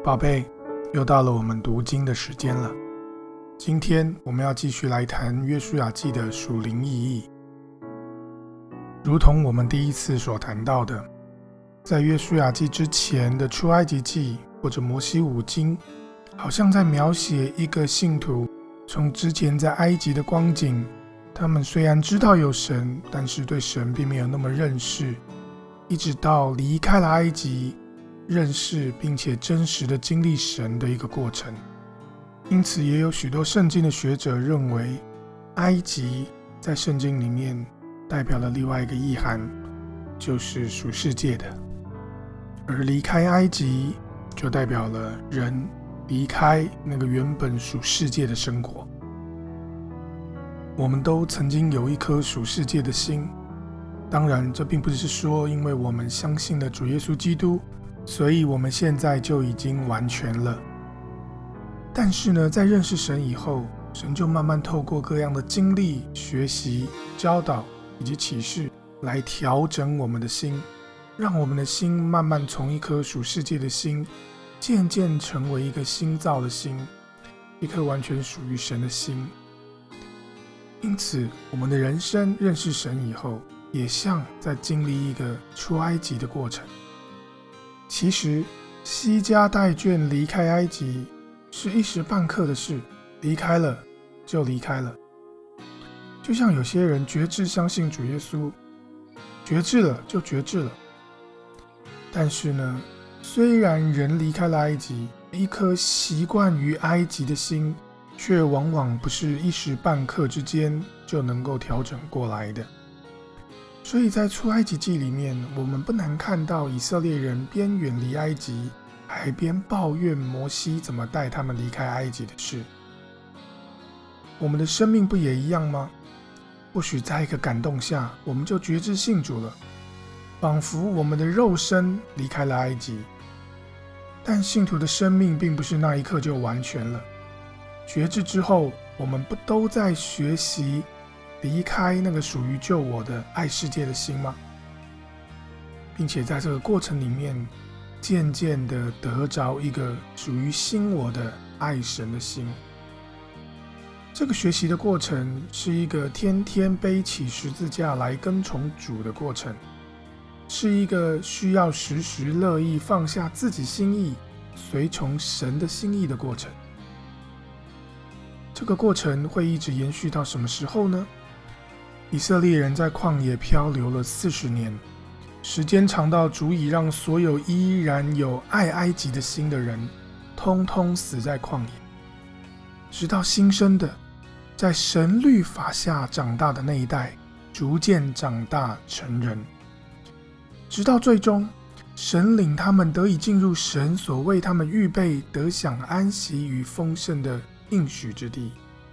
宝贝，又到了我们读经的时间了。今天我们要继续来谈约书亚记的属灵意义。如同我们第一次所谈到的，在约书亚记之前的出埃及记或者摩西五经，好像在描写一个信徒从之前在埃及的光景，他们虽然知道有神，但是对神并没有那么认识，一直到离开了埃及，认识并且真实的经历神的一个过程。因此也有许多圣经的学者认为，埃及在圣经里面代表了另外一个意涵，就是属世界的，而离开埃及就代表了人离开那个原本属世界的生活。我们都曾经有一颗属世界的心，当然这并不是说因为我们相信了主耶稣基督，所以我们现在就已经完全了。但是呢，在认识神以后，神就慢慢透过各样的经历、学习、教导以及启示来调整我们的心，让我们的心慢慢从一颗属世界的心渐渐成为一个新造的心，一颗完全属于神的心。因此我们的人生认识神以后，也像在经历一个出埃及的过程。其实西家带眷离开埃及是一时半刻的事，离开了就离开了。就像有些人决志相信主耶稣，决志了就决志了。但是呢，虽然人离开了埃及，一颗习惯于埃及的心却往往不是一时半刻之间就能够调整过来的。所以在出埃及记里面，我们不难看到以色列人边远离埃及，还边抱怨摩西怎么带他们离开埃及的事。我们的生命不也一样吗？或许在一个感动下，我们就决志信主了，仿佛我们的肉身离开了埃及。但信徒的生命并不是那一刻就完全了。决志之后，我们不都在学习离开那个属于旧我的爱世界的心吗？并且在这个过程里面，渐渐的得着一个属于新我的爱神的心。这个学习的过程是一个天天背起十字架来跟从主的过程，是一个需要时时乐意放下自己心意，随从神的心意的过程。这个过程会一直延续到什么时候呢？以色列人在旷野漂流了40年，时间长到足以让所有依然有爱埃及的心的人通通死在旷野，直到新生的在神律法下长大的那一代逐渐长大成人，直到最终神领他们得以进入神所为他们预备得享安息与丰盛的应许之地。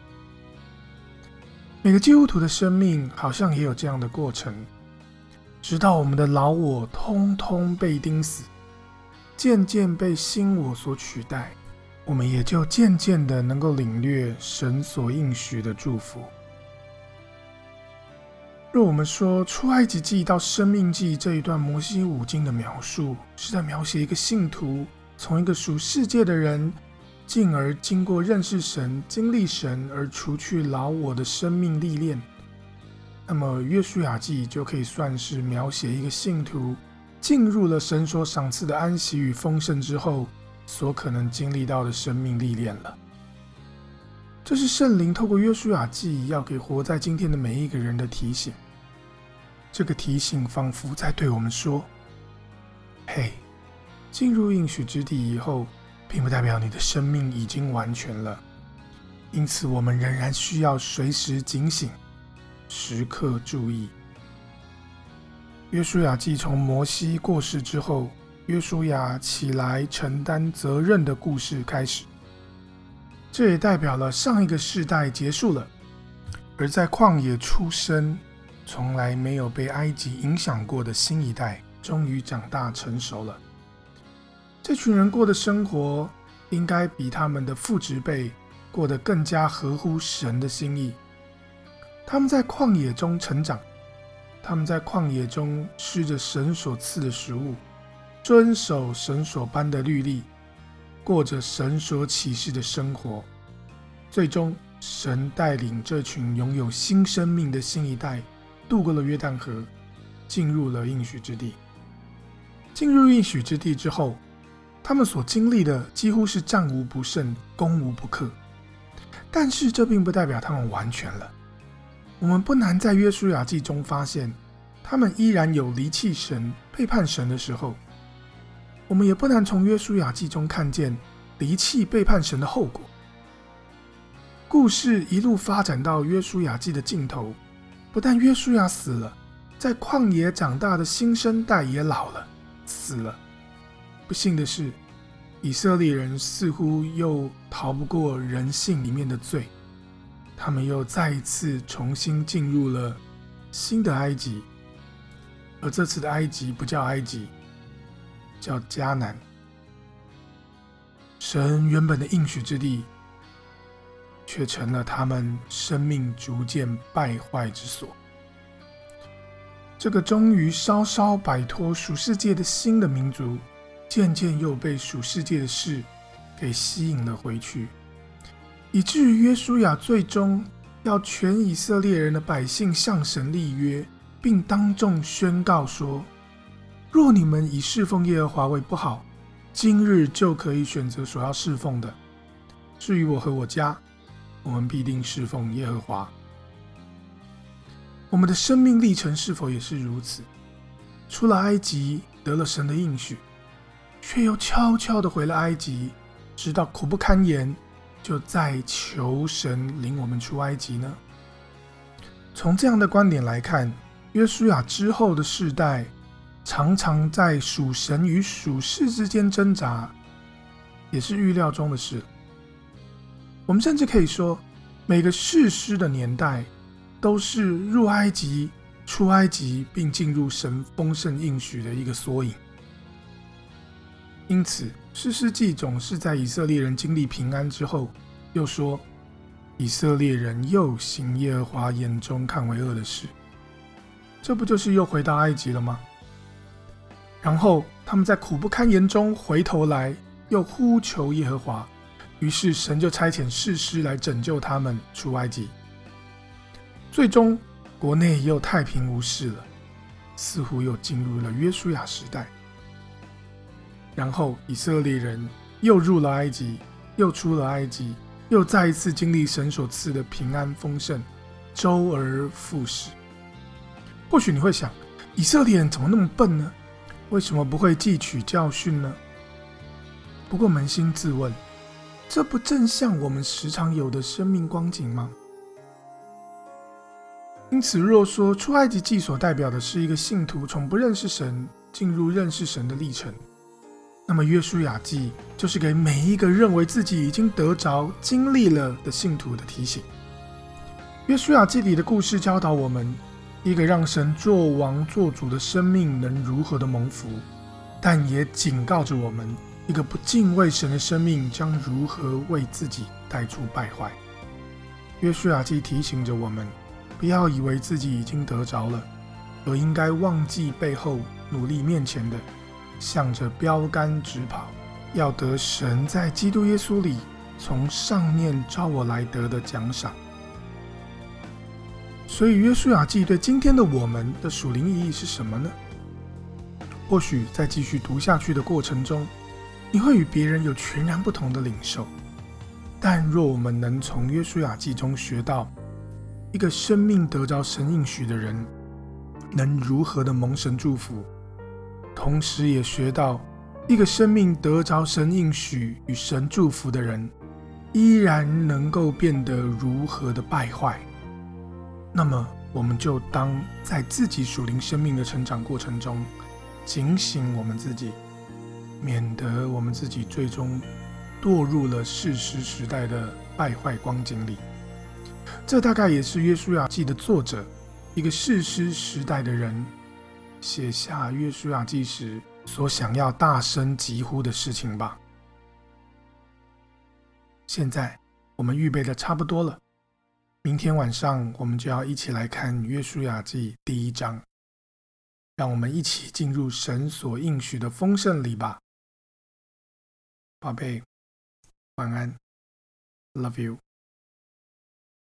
每个基督徒的生命好像也有这样的过程，直到我们的老我通通被钉死，渐渐被新我所取代，我们也就渐渐的能够领略神所应许的祝福。若我们说出埃及记到申命记这一段摩西五经的描述，是在描写一个信徒从一个属世界的人，进而经过认识神、经历神而除去老我的生命历练，那么约书亚记就可以算是描写一个信徒进入了神所赏赐的安息与丰盛之后所可能经历到的生命历练了。这是圣灵透过约书亚记要给活在今天的每一个人的提醒。这个提醒仿佛在对我们说，嘿，进入应许之地以后，并不代表你的生命已经完全了，因此我们仍然需要随时警醒，时刻注意。约书亚记从摩西过世之后，约书亚起来承担责任的故事开始，这也代表了上一个世代结束了，而在旷野出生从来没有被埃及影响过的新一代终于长大成熟了。这群人过的生活应该比他们的父执辈过得更加合乎神的心意。他们在旷野中成长，他们在旷野中吃着神所赐的食物，遵守神所颁的律例， 过着神所启示的生活。最终，神带领这群拥有新生命的新一代渡过了约旦河，进入了应许之地。进入应许之地之后，他们所经历的几乎是战无不胜、攻无不克。但是这并不代表他们完全了。我们不难在约书亚记中发现，他们依然有离弃神、背叛神的时候。我们也不难从约书亚记中看见离弃背叛神的后果。故事一路发展到约书亚记的尽头，不但约书亚死了，在旷野长大的新生代也老了、死了。不幸的是，以色列人似乎又逃不过人性里面的罪，他们又再一次重新进入了新的埃及，而这次的埃及不叫埃及，叫迦南。神原本的应许之地，却成了他们生命逐渐败坏之所。这个终于稍稍摆脱属世界的新的民族，渐渐又被属世界的事给吸引了回去，以至于约书亚最终要全以色列人的百姓向神立约，并当众宣告说：若你们以侍奉耶和华为不好，今日就可以选择所要侍奉的。至于我和我家，我们必定侍奉耶和华。我们的生命历程是否也是如此？出了埃及，得了神的应许，却又悄悄地回了埃及，直到苦不堪言，就再求神领我们出埃及呢？从这样的观点来看，约书亚之后的世代常常在属神与属世之间挣扎，也是预料中的事。我们甚至可以说，每个士师的年代都是入埃及、出埃及并进入神丰盛应许的一个缩影。因此，士师记总是在以色列人经历平安之后，又说以色列人又行耶和华眼中看为恶的事，这不就是又回到埃及了吗？然后他们在苦不堪言中回头来，又呼求耶和华，于是神就差遣士师来拯救他们出埃及。最终国内又太平无事了，似乎又进入了约书亚时代。然后以色列人又入了埃及，又出了埃及，又再一次经历神所赐的平安丰盛，周而复始。或许你会想，以色列人怎么那么笨呢？为什么不会汲取教训呢？不过扪心自问，这不正像我们时常有的生命光景吗？因此，若说出埃及记所代表的是一个信徒从不认识神进入认识神的历程，那么约书亚记就是给每一个认为自己已经得着经历了的信徒的提醒。约书亚记里的故事教导我们，一个让神做王做主的生命能如何的蒙福，但也警告着我们，一个不敬畏神的生命将如何为自己带出败坏。约书亚记提醒着我们，不要以为自己已经得着了，而应该忘记背后，努力面前的，向着标杆直跑，要得神在基督耶稣里从上面召我来得的奖赏。所以约书亚记对今天的我们的属灵意义是什么呢？或许在继续读下去的过程中，你会与别人有全然不同的领受。但若我们能从约书亚记中学到，一个生命得着神应许的人能如何的蒙神祝福，同时也学到一个生命得着神应许与神祝福的人依然能够变得如何的败坏，那么我们就当在自己属灵生命的成长过程中警醒我们自己，免得我们自己最终堕入了士师时代的败坏光景里。这大概也是约书亚记的作者，一个士师时代的人，写下约书亚记时所想要大声疾呼的事情吧。现在我们预备的差不多了，明天晚上我们就要一起来看约书亚记第1章，让我们一起进入神所应许的丰盛里吧。宝贝， 晚安，Love you。